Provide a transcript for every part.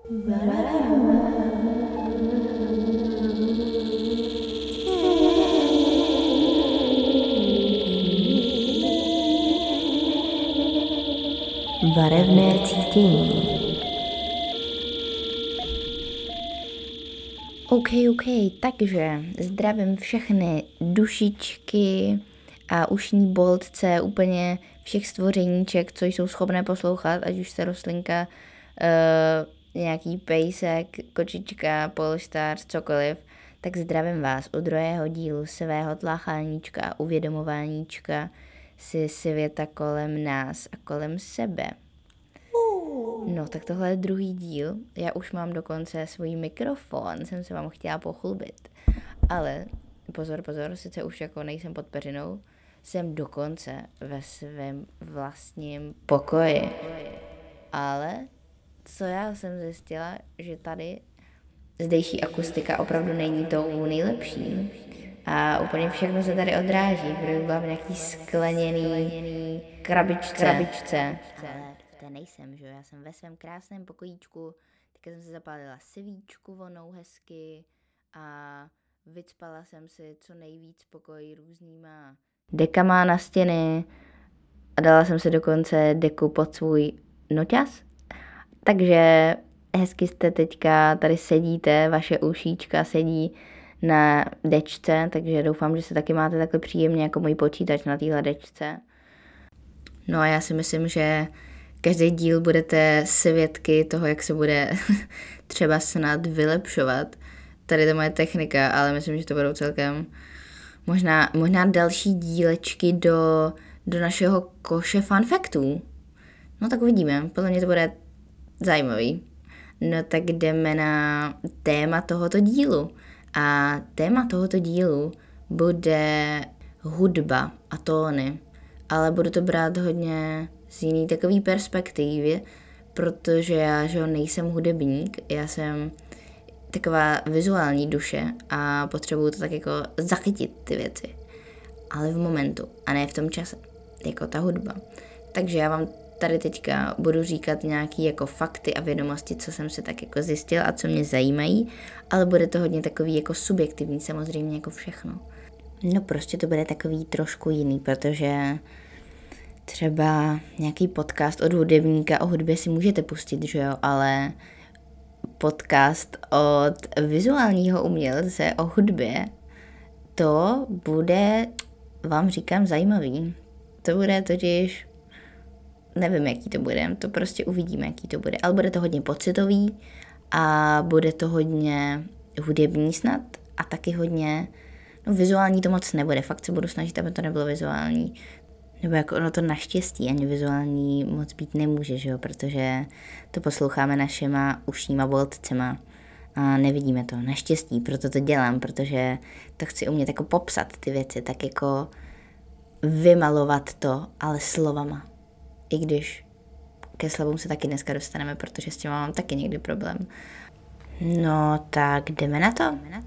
Barevné cítění. OK, takže zdravím všechny dušičky a ušní boltce, úplně všech stvořeníček, co jsou schopné poslouchat, ať už se rostlinka, nějaký pejsek, kočička, polštář, cokoliv, tak zdravím vás u druhého dílu svého tlácháníčka a uvědomováníčka si světa kolem nás a kolem sebe. No, tak tohle je druhý díl. Já už mám dokonce svůj mikrofon, jsem se vám chtěla pochlubit. Ale pozor, sice už jako nejsem pod peřinou, jsem dokonce ve svém vlastním pokoji. Ale co já jsem zjistila, že tady zdejší akustika opravdu není tou nejlepší. A úplně všechno se tady odráží, protože byla v nějaký skleněný krabičce. Ale v té nejsem, že jo? Já jsem ve svém krásném pokojíčku, teďka jsem si zapálila svíčku vonou hezky a vycpala jsem si co nejvíc pokojí různýma dekama na stěny a dala jsem si dokonce deku pod svůj noťaz. Takže hezky jste teďka tady sedíte, vaše ušíčka sedí na dečce, takže doufám, že se taky máte takhle příjemně jako můj počítač na téhle dečce. No a já si myslím, že každý díl budete svědky toho, jak se bude třeba snad vylepšovat tady ta moje technika, ale myslím, že to budou celkem možná další dílečky do našeho koše funfaktů. No tak uvidíme, podle mě to bude zajímavý. No tak jdeme na téma tohoto dílu. A téma tohoto dílu bude hudba a tóny. Ale budu to brát hodně z jiný takový perspektivy, protože já že nejsem hudebník, já jsem taková vizuální duše a potřebuju to tak jako zachytit ty věci. Ale v momentu a ne v tom čase, jako ta hudba. Takže já vám tady teďka budu říkat nějaký jako fakty a vědomosti, co jsem si tak jako zjistila a co mě zajímají, ale bude to hodně takový jako subjektivní, samozřejmě jako všechno. No prostě to bude takový trošku jiný, protože třeba nějaký podcast od hudebníka o hudbě si můžete pustit, že jo, ale podcast od vizuálního umělce o hudbě, to bude, vám říkám, zajímavý. To bude totiž, nevím, jaký to bude, to prostě uvidíme, jaký to bude, ale bude to hodně pocitový a bude to hodně hudební snad a taky hodně, no vizuální to moc nebude, fakt se budu snažit, aby to nebylo vizuální. Nebo jako ono to naštěstí ani vizuální moc být nemůže, že jo, protože to posloucháme našima ušníma boltcema a nevidíme to. Naštěstí, proto to dělám, protože to chci umět jako popsat ty věci, tak jako vymalovat to, ale slovama. I když ke slovům se taky dneska dostaneme, protože s tím mám taky někdy problém. No tak jdeme na to.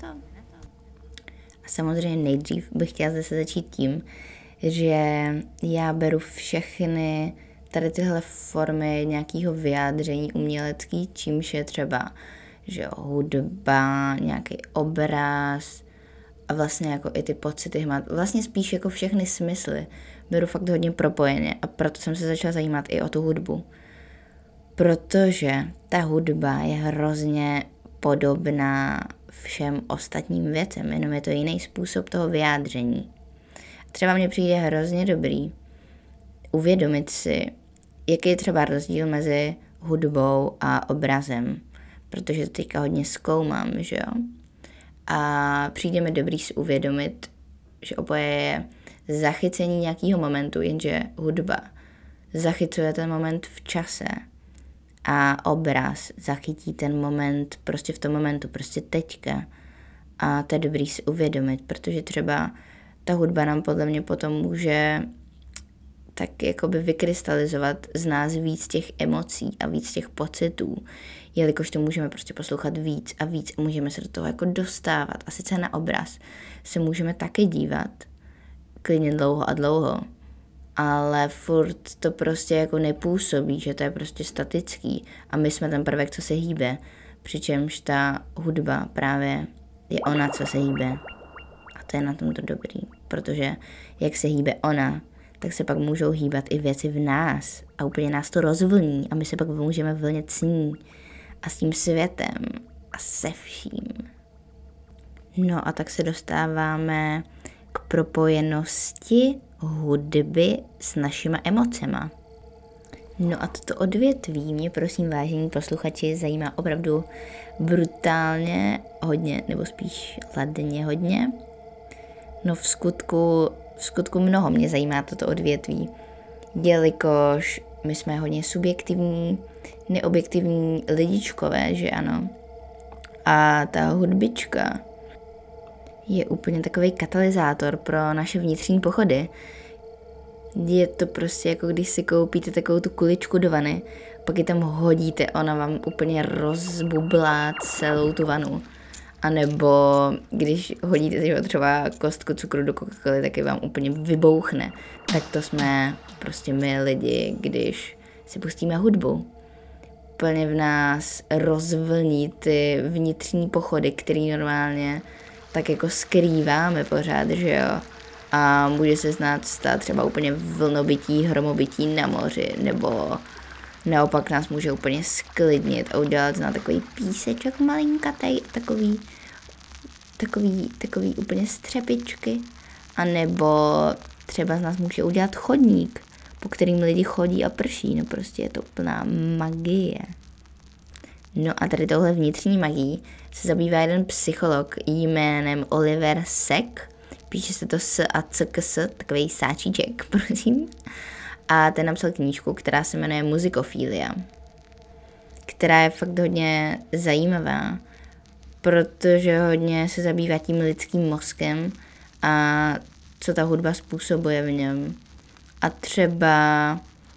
A samozřejmě nejdřív bych chtěla zase začít tím, že já beru všechny tady tyhle formy nějakého vyjádření umělecký, čímž je třeba že hudba, nějaký obraz a vlastně jako i ty pocity hmat, vlastně spíš jako všechny smysly beru fakt hodně propojeně a proto jsem se začala zajímat i o tu hudbu. Protože ta hudba je hrozně podobná všem ostatním věcem, jenom je to jiný způsob toho vyjádření. Třeba mně přijde hrozně dobrý uvědomit si, jaký je třeba rozdíl mezi hudbou a obrazem, protože to teďka hodně zkoumám, že jo. A přijde mi dobrý si uvědomit, že oboje je zachycení nějakého momentu, jenže hudba zachycuje ten moment v čase a obraz zachytí ten moment prostě v tom momentu, prostě teďka. A to je dobrý si uvědomit, protože třeba ta hudba nám podle mě potom může tak jakoby vykrystalizovat z nás víc těch emocí a víc těch pocitů, jelikož to můžeme prostě poslouchat víc a víc a můžeme se do toho jako dostávat. A sice na obraz se můžeme taky dívat klidně dlouho a dlouho, ale furt to prostě jako nepůsobí, že to je prostě statický a my jsme ten prvek, co se hýbe, přičemž ta hudba právě je ona, co se hýbe a to je na tom to dobrý, protože jak se hýbe ona, tak se pak můžou hýbat i věci v nás a úplně nás to rozvlní a my se pak můžeme vlnit s ní a s tím světem a se vším. No a tak se dostáváme k propojenosti hudby s našima emocema. No a toto odvětví mě, prosím, vážení posluchači, zajímá opravdu brutálně hodně, nebo spíš ladně hodně. No v skutku mnoho mě zajímá toto odvětví, jelikož my jsme hodně subjektivní, neobjektivní lidičkové, že ano. A ta hudbička je úplně takový katalyzátor pro naše vnitřní pochody. Je to prostě jako když si koupíte takovou tu kuličku do vany, pak ji tam hodíte, ona vám úplně rozbublá celou tu vanu. A nebo když hodíte třeba kostku cukru do Coca-Coly, tak ji vám úplně vybouchne. Tak to jsme prostě my lidi, když si pustíme hudbu. Plně v nás rozvlní ty vnitřní pochody, které normálně tak jako skrýváme pořád, že jo. A může se stát třeba úplně vlnobytí, hromobytí na moři, nebo naopak nás může úplně sklidnit a udělat na takový píseček malinkatej, takový úplně střepičky. A nebo třeba z nás může udělat chodník, po kterým lidi chodí a prší, no prostě je to plná magie. No a tady tohle vnitřní magii se zabývá jeden psycholog jménem Oliver Sacks, píše se to S a CKS, takový sáčíček, prosím. A ten napsal knížku, která se jmenuje Muzikofília, která je fakt hodně zajímavá, protože hodně se zabývá tím lidským mozkem a co ta hudba způsobuje v něm. A třeba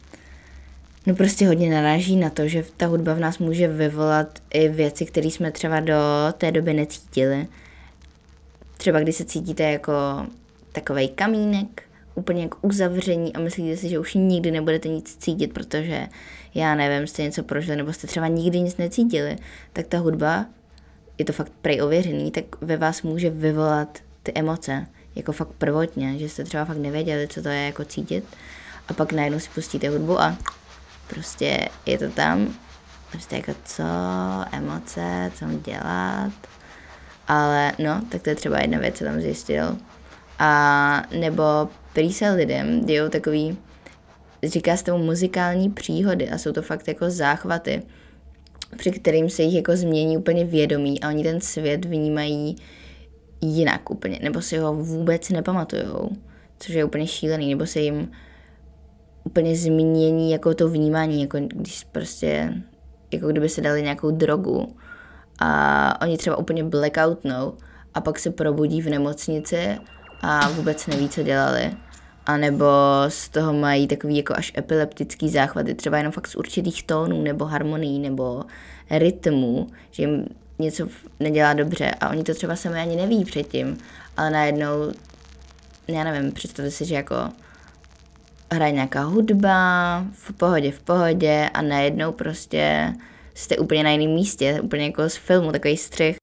no prostě hodně naráží na to, že ta hudba v nás může vyvolat i věci, které jsme třeba do té doby necítili. Třeba když se cítíte jako takovej kamínek, úplně jako uzavření a myslíte si, že už nikdy nebudete nic cítit, protože já nevím, jste něco prožili, nebo jste třeba nikdy nic necítili, tak ta hudba, je to fakt prej ověřený, tak ve vás může vyvolat ty emoce, jako fakt prvotně, že jste třeba fakt nevěděli, co to je jako cítit a pak najednou si pustíte hudbu a prostě je to tam, prostě jako co, emoce, co mám dělat, ale no, tak to je třeba jedna věc, co tam zjistil. A nebo prý se lidem dějou takový, říká se tomu muzikální příhody a jsou to fakt jako záchvaty, při kterým se jich jako změní úplně vědomí a oni ten svět vnímají jinak úplně, nebo si ho vůbec nepamatujou, což je úplně šílený, nebo se jim úplně změní jako to vnímání, jako když prostě, jako kdyby se dali nějakou drogu a oni třeba úplně blackoutnou a pak se probudí v nemocnici a vůbec neví, co dělali. A nebo z toho mají takový jako až epileptický záchvaty, třeba jenom fakt z určitých tónů, nebo harmonií, nebo rytmů, že jim něco nedělá dobře a oni to třeba sami ani neví předtím, ale najednou, já nevím, představte si, že jako hraje nějaká hudba, v pohodě a najednou prostě jste úplně na jiném místě, úplně jako z filmu, takový střih.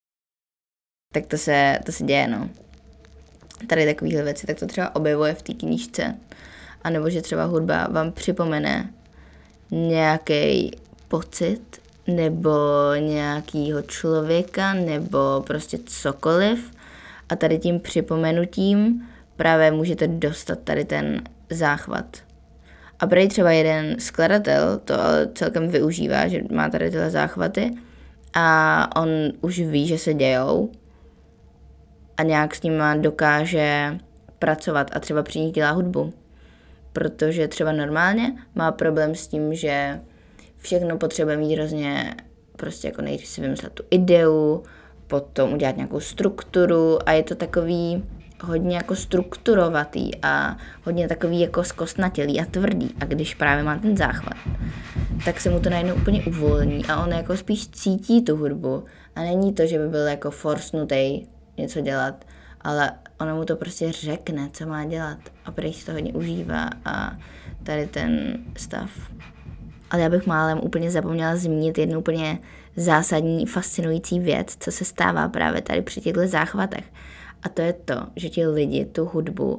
Tak to se děje, no. Tady takovýhle věci, tak to třeba objevuje v té knížce. A nebo že třeba hudba vám připomene nějaký pocit, nebo nějakýho člověka, nebo prostě cokoliv. A tady tím připomenutím právě můžete dostat tady ten záchvat. A prý třeba jeden skladatel to celkem využívá, že má tady tyhle záchvaty a on už ví, že se dějou a nějak s nima dokáže pracovat a třeba při nich dělá hudbu. Protože třeba normálně má problém s tím, že všechno potřebuje mít hrozně, prostě jako nejdřív si vymyslet tu ideu, potom udělat nějakou strukturu a je to takový hodně jako strukturovatý a hodně takový jako zkostnatělý a tvrdý. A když právě má ten záchvat, tak se mu to najednou úplně uvolní a on jako spíš cítí tu hudbu. A není to, že by byl jako forsnutý něco dělat, ale ona mu to prostě řekne, co má dělat a prý si to hodně užívá a tady ten stav. Ale já bych málem úplně zapomněla zmínit jednu úplně zásadní, fascinující věc, co se stává právě tady při těchto záchvatech. A to je to, že ti lidi tu hudbu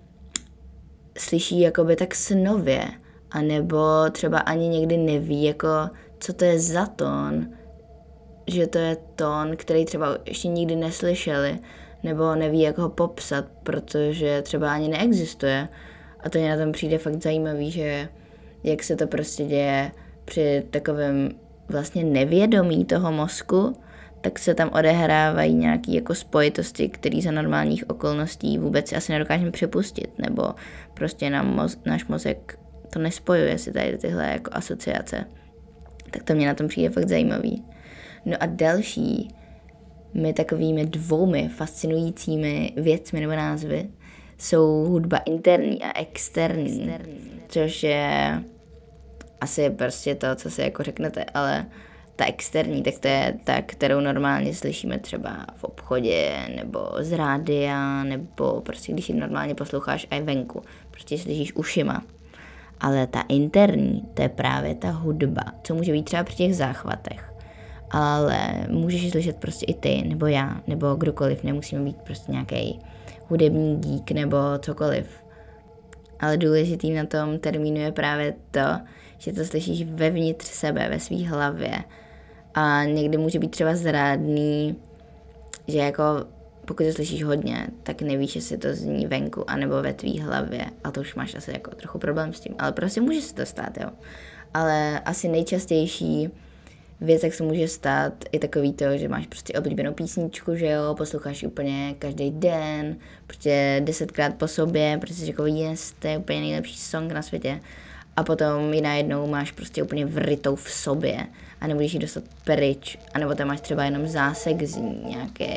slyší jakoby tak snově, anebo třeba ani někdy neví, jako co to je za tón, že to je tón, který třeba ještě nikdy neslyšeli, nebo neví, jak ho popsat, protože třeba ani neexistuje. A to mě na tom přijde fakt zajímavý, že jak se to prostě děje při takovém vlastně nevědomí toho mozku, tak se tam odehrávají nějaké jako spojitosti, které za normálních okolností vůbec si asi nedokážeme připustit, nebo prostě náš mozek to nespojuje si tady tyhle jako asociace. Tak to mě na tom přijde fakt zajímavý. No a další takovými dvoumi fascinujícími věcmi nebo názvy jsou hudba interní a externí, což je asi prostě to, co si jako řeknete, ale ta externí, tak to je ta, kterou normálně slyšíme třeba v obchodě, nebo z rádia, nebo prostě když ji normálně posloucháš i venku, prostě slyšíš ušima. Ale ta interní, to je právě ta hudba, co může být třeba při těch záchvatech. Ale můžeš ji slyšet prostě i ty, nebo já, nebo kdokoliv, nemusíme být prostě nějaký hudební geek nebo cokoliv. Ale důležitý na tom termínu je právě to, že to slyšíš vevnitř sebe, ve své hlavě. A někdy může být třeba zrádný, že jako pokud to slyšíš hodně, tak nevíš, jestli to zní venku anebo ve tvý hlavě. A to už máš asi jako trochu problém s tím. Ale prostě může se to stát, jo. Ale asi nejčastější věc, jak se může stát, je takový to, že máš prostě oblíbenou písničku, že jo, posloucháš ji úplně každý den, prostě 10krát po sobě, protože jsi jako yes, to je úplně nejlepší song na světě. A potom ji najednou máš prostě úplně vrytou v sobě a nemůžeš ji dostat pryč, anebo tam máš třeba jenom zásek z ní,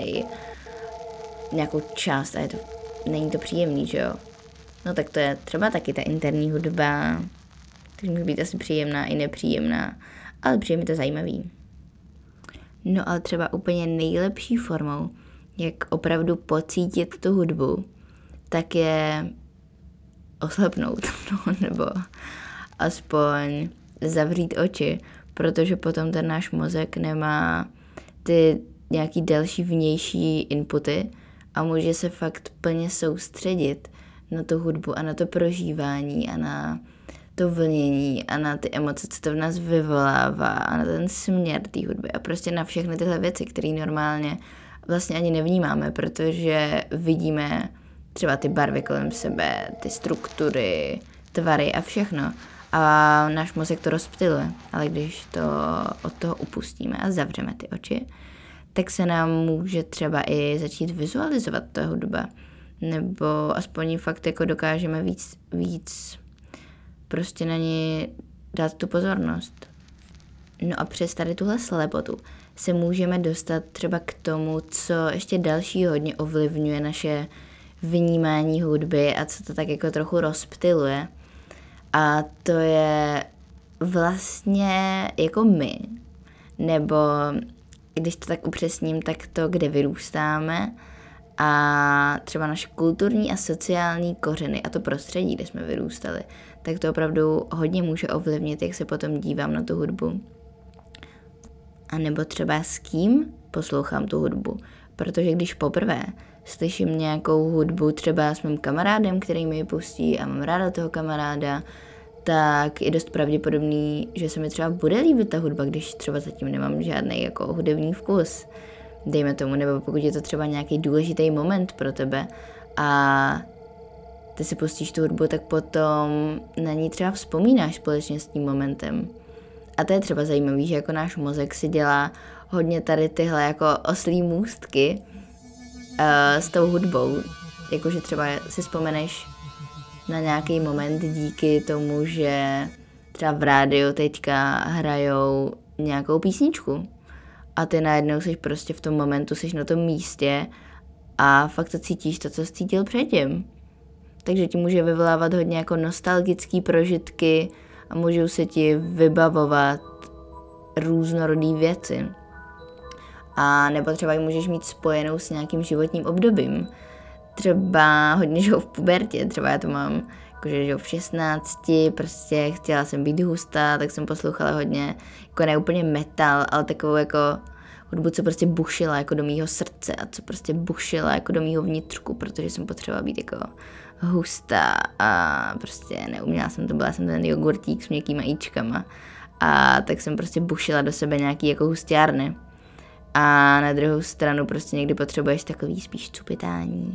nějakou část a není to příjemný, že jo. No tak to je třeba taky ta interní hudba, takže může být asi příjemná i nepříjemná, ale přijde mi to zajímavý. No ale třeba úplně nejlepší formou, jak opravdu pocítit tu hudbu, tak je oslepnout, nebo aspoň zavřít oči, protože potom ten náš mozek nemá ty nějaký další vnější inputy a může se fakt plně soustředit na tu hudbu a na to prožívání a na to vlnění a na ty emoce, co to v nás vyvolává a na ten směr té hudby a prostě na všechny tyhle věci, které normálně vlastně ani nevnímáme, protože vidíme třeba ty barvy kolem sebe, ty struktury, tvary a všechno. A náš mozek to rozptyluje, ale když to od toho upustíme a zavřeme ty oči, tak se nám může třeba i začít vizualizovat ta hudba. Nebo aspoň fakt jako dokážeme víc prostě na ní dát tu pozornost. No a přes tady tuhle slepotu se můžeme dostat třeba k tomu, co ještě další hodně ovlivňuje naše vnímání hudby a co to tak jako trochu rozptyluje. A to je vlastně jako my, nebo když to tak upřesním, tak to, kde vyrůstáme a třeba naše kulturní a sociální kořeny a to prostředí, kde jsme vyrůstali, tak to opravdu hodně může ovlivnit, jak se potom dívám na tu hudbu. A nebo třeba s kým poslouchám tu hudbu, protože když poprvé slyším nějakou hudbu třeba s mým kamarádem, který mi ji pustí a mám ráda toho kamaráda, tak je dost pravděpodobný, že se mi třeba bude líbit ta hudba, když třeba zatím nemám žádný jako hudební vkus. Dejme tomu, nebo pokud je to třeba nějaký důležitý moment pro tebe a ty si pustíš tu hudbu, tak potom na ní třeba vzpomínáš společně s tím momentem. A to je třeba zajímavý, že jako náš mozek si dělá hodně tady tyhle jako oslí můstky s tou hudbou. Jakože třeba si vzpomeneš na nějaký moment díky tomu, že třeba v rádiu teďka hrajou nějakou písničku. A ty najednou jsi prostě v tom momentu, jsi na tom místě a fakt to cítíš to, co jsi cítil předtím. Takže ti může vyvolávat hodně jako nostalgické prožitky a můžou se ti vybavovat různorodý věci. A nebo třeba ji můžeš mít spojenou s nějakým životním obdobím. třeba hodně žiju v pubertě, třeba já to mám jakože žiju v 16, prostě chtěla jsem být hustá, tak jsem poslouchala hodně, jako ne úplně metal, ale takovou jako hudbu, co prostě bušila jako do mýho srdce a co prostě bušila jako do mýho vnitřku, protože jsem potřebovala být jako hustá a prostě neuměla jsem to, byla jsem ten jogurtík s měkkýma jíčkama a tak jsem prostě bušila do sebe nějaký jako hustárny. A na druhou stranu prostě někdy potřebuješ takový spíš cupitání.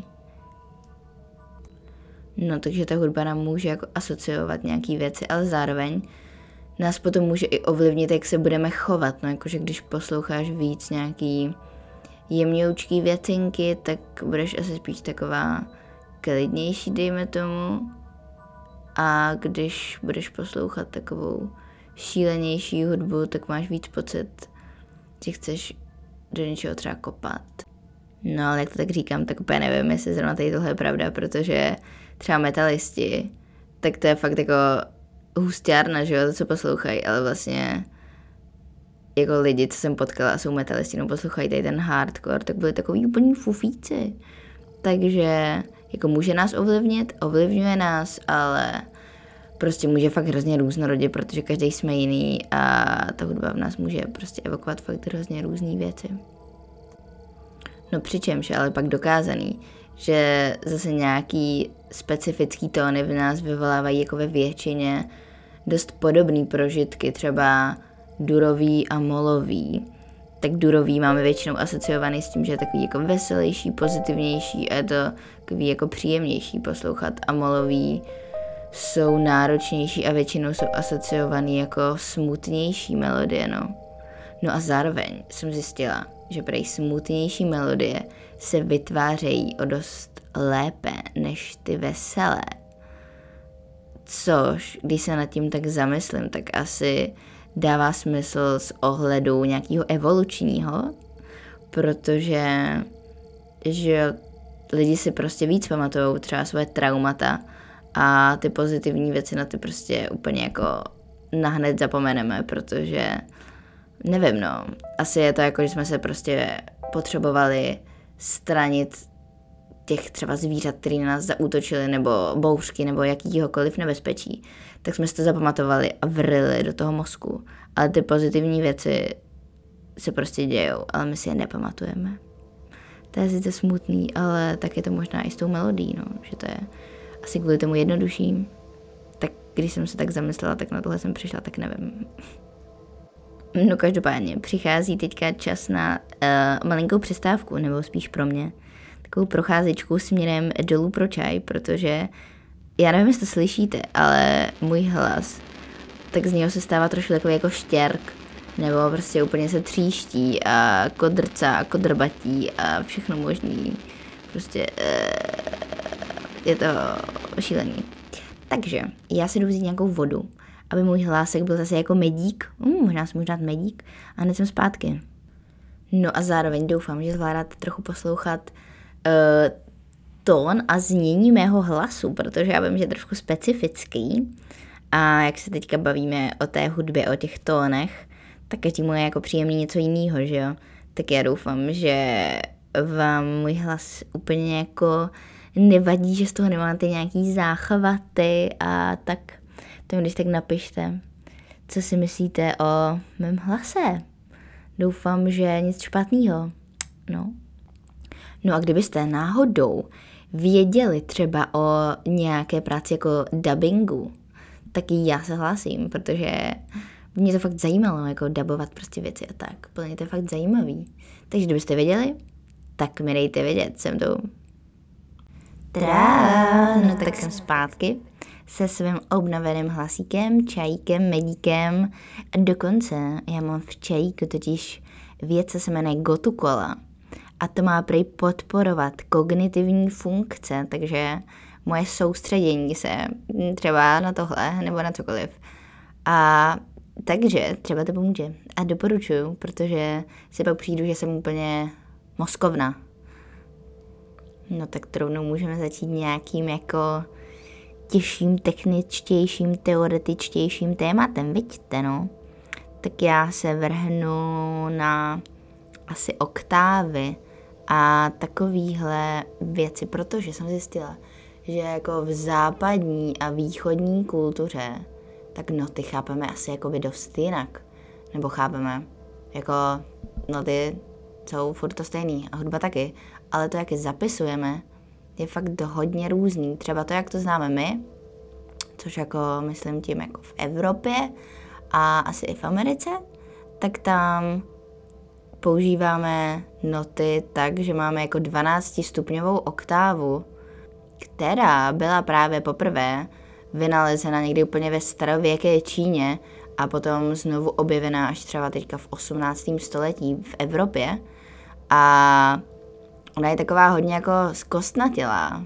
No takže ta hudba nám může jako asociovat nějaký věci, ale zároveň nás potom může i ovlivnit, jak se budeme chovat. No jakože když posloucháš víc nějaký jemňoučký věcinky, tak budeš asi spíš taková klidnější, dejme tomu. A když budeš poslouchat takovou šílenější hudbu, tak máš víc pocit, že chceš do něčeho třeba kopat. No ale jak to tak říkám, tak úplně nevím, jestli zrovna tady tohle je pravda, protože třeba metalisti, tak to je fakt jako hustárna, že jo, to, co poslouchají, ale vlastně jako lidi, co jsem potkala a jsou metalisti, no poslouchají tady ten hardcore, tak byli takový úplný fufíci. Takže jako může nás ovlivnit, ovlivňuje nás, ale prostě může fakt hrozně různorodě, protože každý jsme jiný a ta hudba v nás může prostě evokovat fakt hrozně různý věci. No přičemž ale pak dokázaný, že zase nějaký specifický tóny v nás vyvolávají jako ve většině dost podobné prožitky, třeba durový a molový. Tak durový máme většinou asociovaný s tím, že je takový jako veselější, pozitivnější a je to takový jako příjemnější poslouchat a molový jsou náročnější a většinou jsou asociovaný jako smutnější melodie, no. No a zároveň jsem zjistila, že prej smutnější melodie se vytvářejí o dost lépe než ty veselé. Což, když se nad tím tak zamyslím, tak asi dává smysl z ohledu nějakého evolučního, protože že lidi si prostě víc pamatujou třeba svoje traumata a ty pozitivní věci na ty prostě úplně jako nahned zapomeneme, protože nevím, no, asi je to jako, že jsme se prostě potřebovali stranit těch třeba zvířat, který na nás zaútočili, nebo bouřky, nebo jakýhokoliv nebezpečí, tak jsme si to zapamatovali a vrili do toho mozku. Ale ty pozitivní věci se prostě dějou, ale my si je nepamatujeme. To je sice smutný, ale tak je to možná i s tou melodií, no, že to je asi kvůli tomu jednodušší. Tak když jsem se tak zamyslela, tak na tohle jsem přišla, tak nevím. No každopádně, přichází teďka čas na malinkou přestávku, nebo spíš pro mě, takovou procházečku směrem dolů pro čaj, protože já nevím, jestli to slyšíte, ale můj hlas, tak z něho se stává trošku takový jako štěrk, nebo prostě úplně se tříští a kodrcá, kodrbatí a všechno možný. Prostě je to šílený. Takže já si jdu vzít nějakou vodu, aby můj hlásek byl zase jako medík. Možná si můžu dát medík a hned jsem zpátky. No a zároveň doufám, že zvládáte trochu poslouchat tón a znění mého hlasu, protože já vím, že je trošku specifický a jak se teďka bavíme o té hudbě, o těch tónech, tak každému je jako příjemný něco jiného, že jo? Tak já doufám, že vám můj hlas úplně jako nevadí, že z toho nemáte nějaký záchvaty a tak. To mi když tak napište, co si myslíte o mém hlase. Doufám, že nic špatného. No a kdybyste náhodou věděli třeba o nějaké práci jako dabingu, tak já se hlásím, protože mě to fakt zajímalo, jako dabovat prostě věci a tak. Plně to je fakt zajímavý. Takže kdybyste věděli, tak mi dejte vědět, jsem tu. No tak jsem zpátky se svým obnoveným hlasíkem, čajíkem, medíkem a dokonce já mám v čajíku totiž věc, co se jmenuje Gotu Kola a to má prý podporovat kognitivní funkce, takže moje soustředění se třeba na tohle nebo na cokoliv. A takže třeba to pomůže a doporučuju, protože si pak přijdu, že jsem úplně mozkovna. No tak to rovnou můžeme začít nějakým jako těžším, techničtějším, teoretičtějším tématem, vidíte, no. Tak já se vrhnu na asi oktávy a takovýhle věci, protože jsem zjistila, že jako v západní a východní kultuře tak noty chápeme asi jakoby dost jinak. Nebo chápeme, jako noty jsou furt to stejný a hudba taky, ale to, jak je zapisujeme, je fakt hodně různý. Třeba to, jak to známe my, což jako myslím tím jako v Evropě a asi i v Americe, tak tam používáme noty tak, že máme jako 12stupňovou oktávu, která byla právě poprvé vynalezena někdy úplně ve starověké Číně a potom znovu objevená až třeba teďka v 18. století v Evropě. A ona je taková hodně jako zkostnatělá.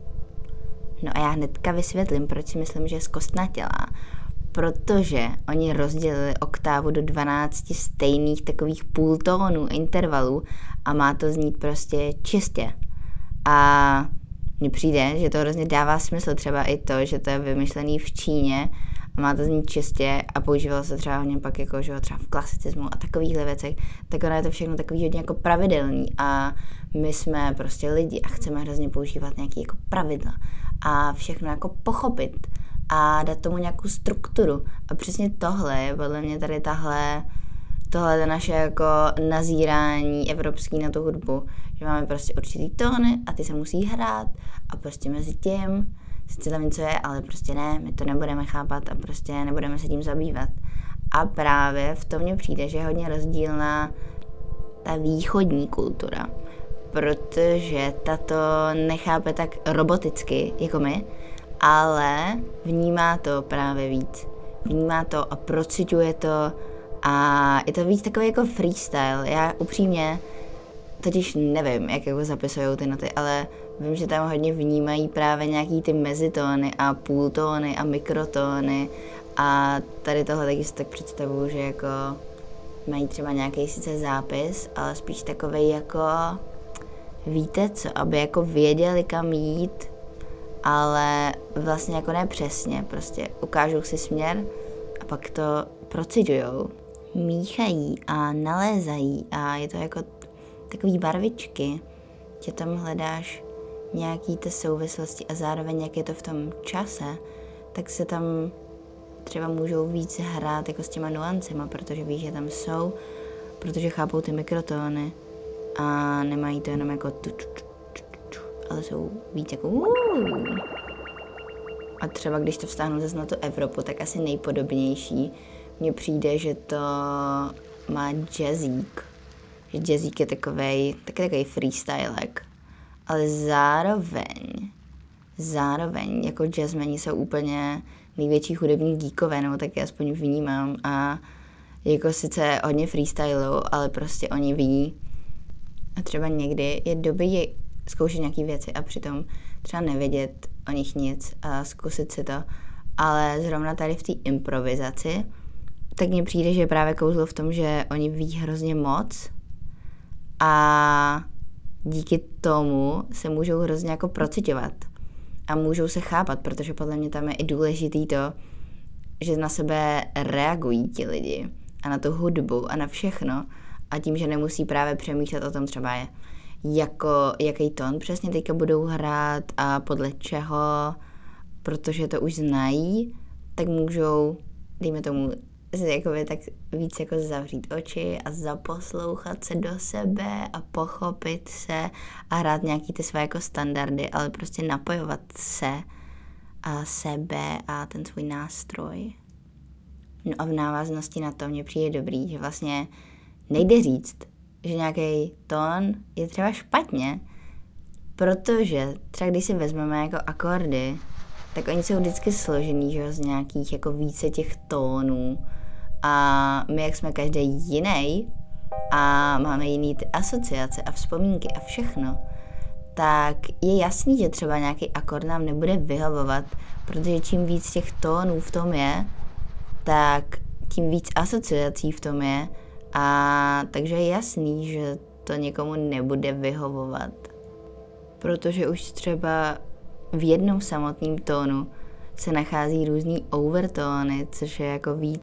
No a já hnedka vysvětlím, proč si myslím, že je zkostnatělá. Protože oni rozdělili oktávu do 12 stejných takových půltónů, intervalů a má to znít prostě čistě. A mně přijde, že to hrozně dává smysl, třeba i to, že to je vymyšlený v Číně a má to znít čistě a používalo se třeba hodně pak jako, že třeba v klasicismu a takovýchhle věcech, tak ono je to všechno takový hodně jako pravidelný a my jsme prostě lidi a chceme hrozně používat nějaký jako pravidla a všechno jako pochopit a dát tomu nějakou strukturu a přesně tohle je podle mě tady tohle je naše jako nazírání evropský na tu hudbu, že máme prostě určitý tóny a ty se musí hrát a prostě mezi tím sice tam něco je, ale prostě ne, my to nebudeme chápat a prostě nebudeme se tím zabývat. A právě v tom mně přijde, že je hodně rozdílná ta východní kultura, protože tato nechápe tak roboticky jako my, ale vnímá to právě víc. Vnímá to a prociťuje to a je to víc takový jako freestyle. Já upřímně totiž nevím, jak jako zapisujou ty noty, ale vím, že tam hodně vnímají právě nějaký ty mezitóny a půltóny a mikrotóny a tady tohle taky si tak představuju, že jako mají třeba nějaký sice zápis, ale spíš takovej jako víte co, aby jako věděli kam jít, ale vlastně jako ne přesně, prostě ukážou si směr a pak to procitujou. Míchají a nalézají a je to jako takový barvičky, že tam hledáš nějaký ty souvislosti a zároveň jak je to v tom čase, tak se tam třeba můžou víc hrát jako s těma nuancema, protože víš, že tam jsou, protože chápou ty mikrotóny a nemají to jenom jako ale jsou víc jako A třeba když to vztáhnu zase na tu Evropu, tak asi nejpodobnější mně přijde, že to má jazzík. Že jazzík je takový freestylek, ale zároveň jako jazzmeni jsou úplně největší hudební geekové, nebo tak já aspoň vnímám a jako sice hodně freestylou, ale prostě oni ví a třeba někdy je dobrý zkoušet nějaký věci a přitom třeba nevědět o nich nic a zkusit si to, ale zrovna tady v té improvizaci tak mně přijde, že je právě kouzlo v tom, že oni ví hrozně moc a díky tomu se můžou hrozně jako procitovat a můžou se chápat, protože podle mě tam je i důležitý to, že na sebe reagují ti lidi a na tu hudbu a na všechno a tím, že nemusí právě přemýšlet o tom třeba jaký tón přesně teďka budou hrát a podle čeho, protože to už znají, tak můžou, dejme tomu, jakoby tak víc jako zavřít oči a zaposlouchat se do sebe a pochopit se a hrát nějaký ty své jako standardy, ale prostě napojovat se a sebe a ten svůj nástroj. No a v návaznosti na to mně přijde dobrý, že vlastně nejde říct, že nějaký tón je třeba špatně, protože třeba když si vezmeme jako akordy, tak oni jsou vždycky složený, že z nějakých jako více těch tónů a my, jak jsme každý jiný a máme jiný ty asociace a vzpomínky a všechno, tak je jasný, že třeba nějaký akord nám nebude vyhovovat, protože čím víc těch tónů v tom je, tak tím víc asociací v tom je a takže je jasný, že to někomu nebude vyhovovat. Protože už třeba v jednom samotném tónu se nachází různý overtóny, což je jako víc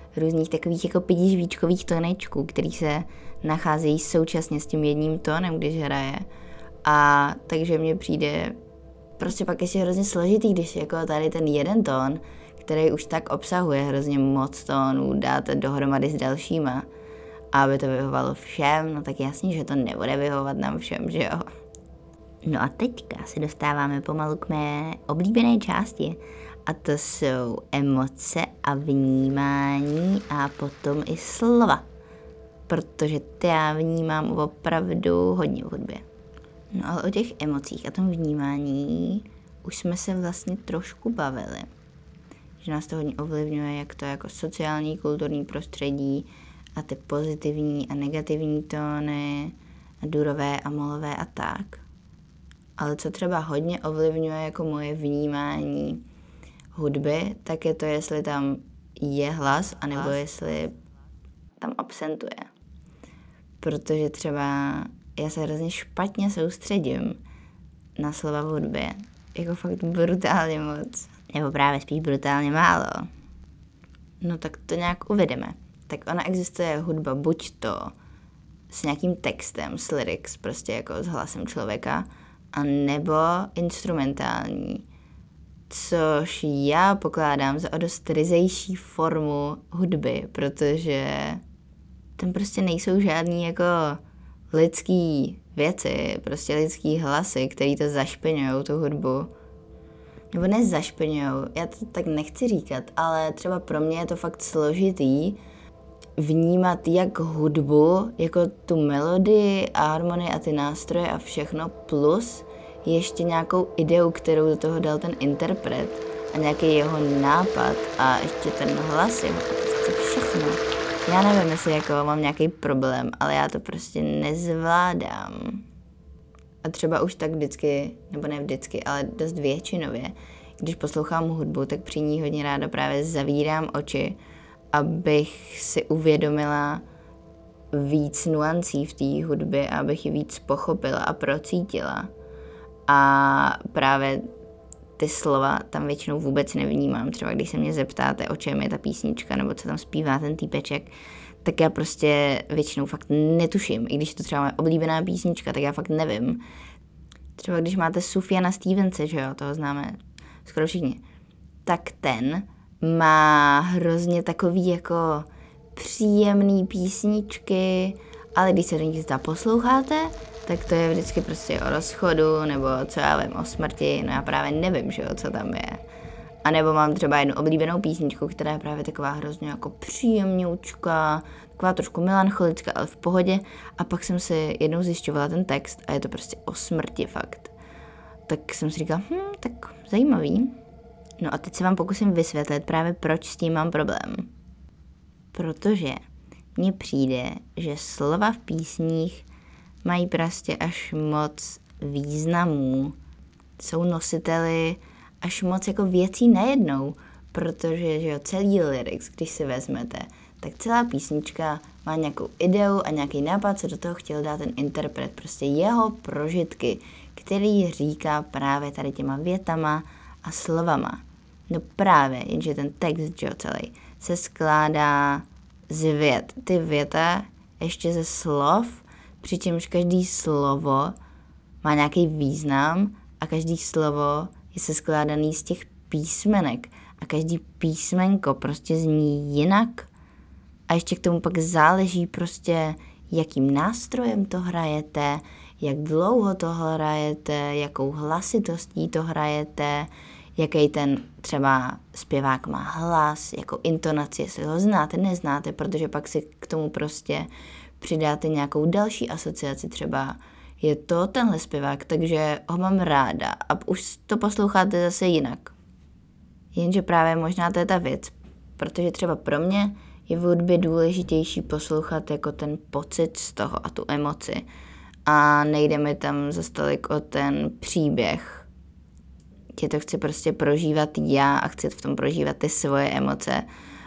různých takových jako pětižvíčkových tonečků, který se nacházejí současně s tím jedním tónem, když hraje. A takže mně přijde prostě pak ještě hrozně složitý, když jako tady ten jeden tón, který už tak obsahuje hrozně moc tónů, dáte dohromady s dalšíma, aby to vyhovovalo všem, no tak jasně, že to nebude vyhovovat nám všem, že jo. No a teďka se dostáváme pomalu k mé oblíbené části, a to jsou emoce a vnímání a potom i slova, protože to já vnímám opravdu hodně v hudbě. No ale o těch emocích a tom vnímání už jsme se vlastně trošku bavili, že nás to hodně ovlivňuje, jak to jako sociální, kulturní prostředí a ty pozitivní a negativní tóny a durové a molové a tak. Ale co třeba hodně ovlivňuje jako moje vnímání hudby, tak je to, jestli tam je hlas, anebo jestli tam absentuje. Protože třeba já se hrozně špatně soustředím na slova v hudbě. Jako fakt brutálně moc. Nebo právě spíš brutálně málo. No tak to nějak uvedeme. Tak ona existuje hudba buď to s nějakým textem, s lyrics, prostě jako s hlasem člověka, a nebo instrumentální, což já pokládám za o dost ryzejší formu hudby, protože tam prostě nejsou žádný jako lidský věci, prostě lidský hlasy, který to zašpeňujou, tu hudbu. Nebo nezašpeňujou, já to tak nechci říkat, ale třeba pro mě je to fakt složitý vnímat jak hudbu, jako tu melodii a harmonii a ty nástroje a všechno, plus ještě nějakou ideu, kterou do toho dal ten interpret a nějaký jeho nápad a ještě ten hlas, jeho prostě všechno. Já nevím, jestli jako mám nějaký problém, ale já to prostě nezvládám. A třeba už tak vždycky, nebo ne vždycky, ale dost většinově, když poslouchám hudbu, tak při ní hodně ráda právě zavírám oči, abych si uvědomila víc nuancí v té hudbě, abych ji víc pochopila a procítila. A právě ty slova tam většinou vůbec nevnímám. Třeba když se mě zeptáte, o čem je ta písnička, nebo co tam zpívá ten týpeček, tak já prostě většinou fakt netuším. I když to třeba moje oblíbená písnička, tak já fakt nevím. Třeba když máte Sufjana Stevense, že jo, toho známe skoro všichni, tak ten má hrozně takový jako příjemný písničky, ale když se do nich posloucháte, tak to je vždycky prostě o rozchodu, nebo co já vím, o smrti, no já právě nevím, že jo, co tam je. A nebo mám třeba jednu oblíbenou písničku, která je právě taková hrozně jako příjemňoučka, taková trošku melancholická, ale v pohodě. A pak jsem si jednou zjišťovala ten text a je to prostě o smrti fakt. Tak jsem si říkala, tak zajímavý. No a teď se vám pokusím vysvětlit právě, proč s tím mám problém. Protože mně přijde, že slova v písních mají prostě až moc významů. Jsou nositeli až moc jako věcí najednou, protože že jo, celý lyrics, když si vezmete, tak celá písnička má nějakou ideu a nějaký nápad, co do toho chtěl dát ten interpret, prostě jeho prožitky, který říká právě tady těma větama a slovama. No právě, jenže ten text, jo, celý, se skládá z vět. Ty věta ještě ze slov, přičemž každý slovo má nějaký význam a každý slovo je se skládaný z těch písmenek a každý písmenko prostě zní jinak a ještě k tomu pak záleží prostě, jakým nástrojem to hrajete, jak dlouho to hrajete, jakou hlasitostí to hrajete, jaký ten třeba zpěvák má hlas, jako intonaci, jestli ho znáte, neznáte, protože pak si k tomu prostě přidáte nějakou další asociaci, třeba je to tenhle zpěvák, takže ho mám ráda a už to posloucháte zase jinak. Jenže právě možná to je ta věc, protože třeba pro mě je v hudbě důležitější poslouchat jako ten pocit z toho a tu emoci a nejde mi tam za tolik o ten příběh. To chci prostě prožívat já a chci v tom prožívat ty svoje emoce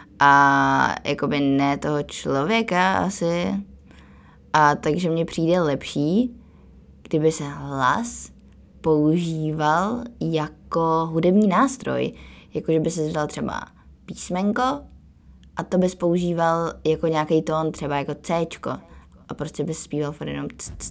a jakoby ne toho člověka asi. A takže mně přijde lepší, kdyby se hlas používal jako hudební nástroj. Jakože by se vzal třeba písmenko A to bys používal jako nějaký tón, třeba jako Cčko. A prostě bys zpíval furt jenom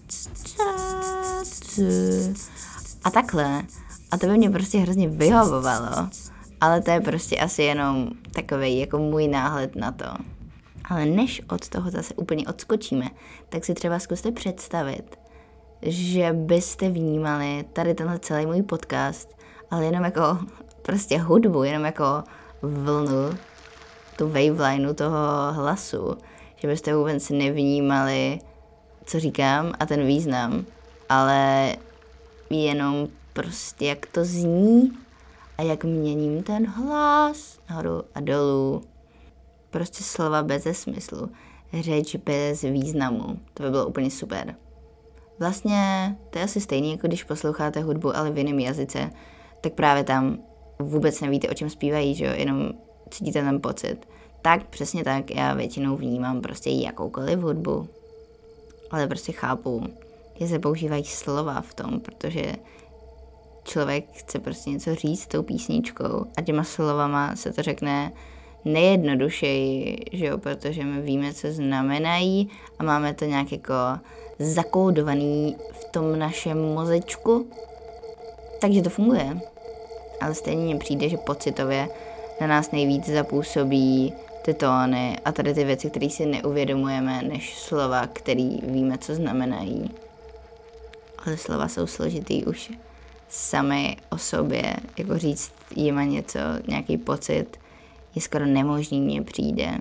a takhle. A to by mě prostě hrozně vyhovovalo. Ale to je prostě asi jenom takovej jako můj náhled na to. Ale než od toho zase úplně odskočíme, tak si třeba zkuste představit, že byste vnímali tady tenhle celý můj podcast, ale jenom jako prostě hudbu, jenom jako vlnu, tu wavelineu toho hlasu, že byste vůbec nevnímali, co říkám a ten význam, ale jenom prostě jak to zní a jak měním ten hlas nahoru a dolů. Prostě slova bez smyslu, řeč bez významu, to by bylo úplně super. Vlastně to je asi stejný, jako když posloucháte hudbu, ale v jiném jazyce, tak právě tam vůbec nevíte, o čem zpívají, že jo, jenom cítíte ten pocit. Tak přesně tak, já většinou vnímám prostě jakoukoliv hudbu, ale prostě chápu, že se používají slova v tom, protože člověk chce prostě něco říct tou písničkou a těma slovama se to řekne nejjednodušeji, že jo, protože my víme, co znamenají a máme to nějak jako zakódovaný v tom našem mozečku, takže to funguje. Ale stejně mně přijde, že pocitově na nás nejvíc zapůsobí ty tóny a tady ty věci, které si neuvědomujeme, než slova, které víme, co znamenají. Ale slova jsou složitý už sami o sobě, jako říct jima něco, nějaký pocit, je skoro nemožný, mně přijde.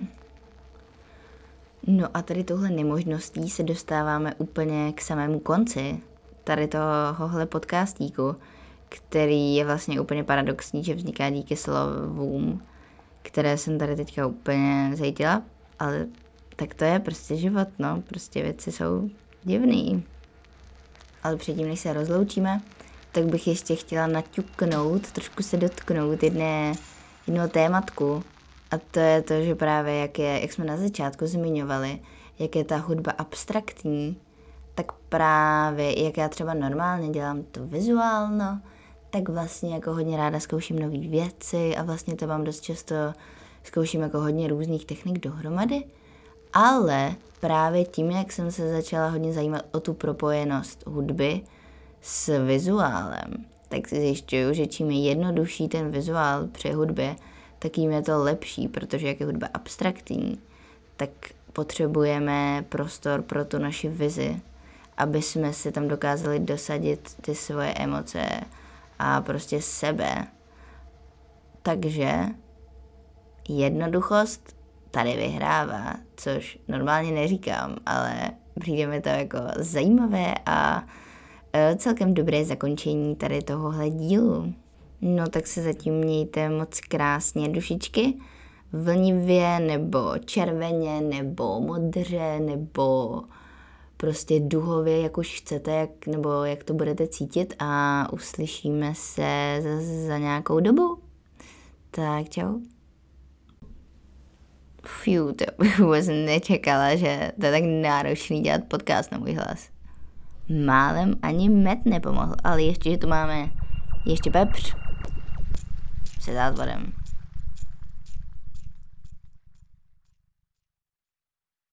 No a tady touhle nemožností se dostáváme úplně k samému konci tady tohohle podcastíku, který je vlastně úplně paradoxní, že vzniká díky slovům, které jsem tady teďka úplně zajítila, ale tak to je prostě život, no, prostě věci jsou divný. Ale předtím, než se rozloučíme, tak bych ještě chtěla naťuknout, trošku se dotknout jednoho tématku, a to je to, že právě jak jsme na začátku zmiňovali, jak je ta hudba abstraktní, tak právě jak já třeba normálně dělám to vizuálno, tak vlastně jako hodně ráda zkouším nové věci a vlastně to mám dost často zkouším jako hodně různých technik dohromady, ale právě tím, jak jsem se začala hodně zajímat o tu propojenost hudby s vizuálem, tak si zjišťuju, že čím je jednodušší ten vizuál při hudbě, tak jim je to lepší, protože jak je hudba abstraktní, tak potřebujeme prostor pro tu naši vizi, aby jsme si tam dokázali dosadit ty svoje emoce a prostě sebe. Takže jednoduchost tady vyhrává, což normálně neříkám, ale přijde mi to jako zajímavé a celkem dobré zakončení tady tohohle dílu. No tak se zatím mějte moc krásně, dušičky, vlnivě nebo červeně nebo modře nebo prostě duhově, jak už chcete, nebo jak to budete cítit a uslyšíme se za nějakou dobu. Tak čau. To bych vůbec nečekala, že to je tak náročný dělat podcast na můj hlas. Málem ani med nepomohl, ale ještě, že tu máme ještě pepř se zázvorem.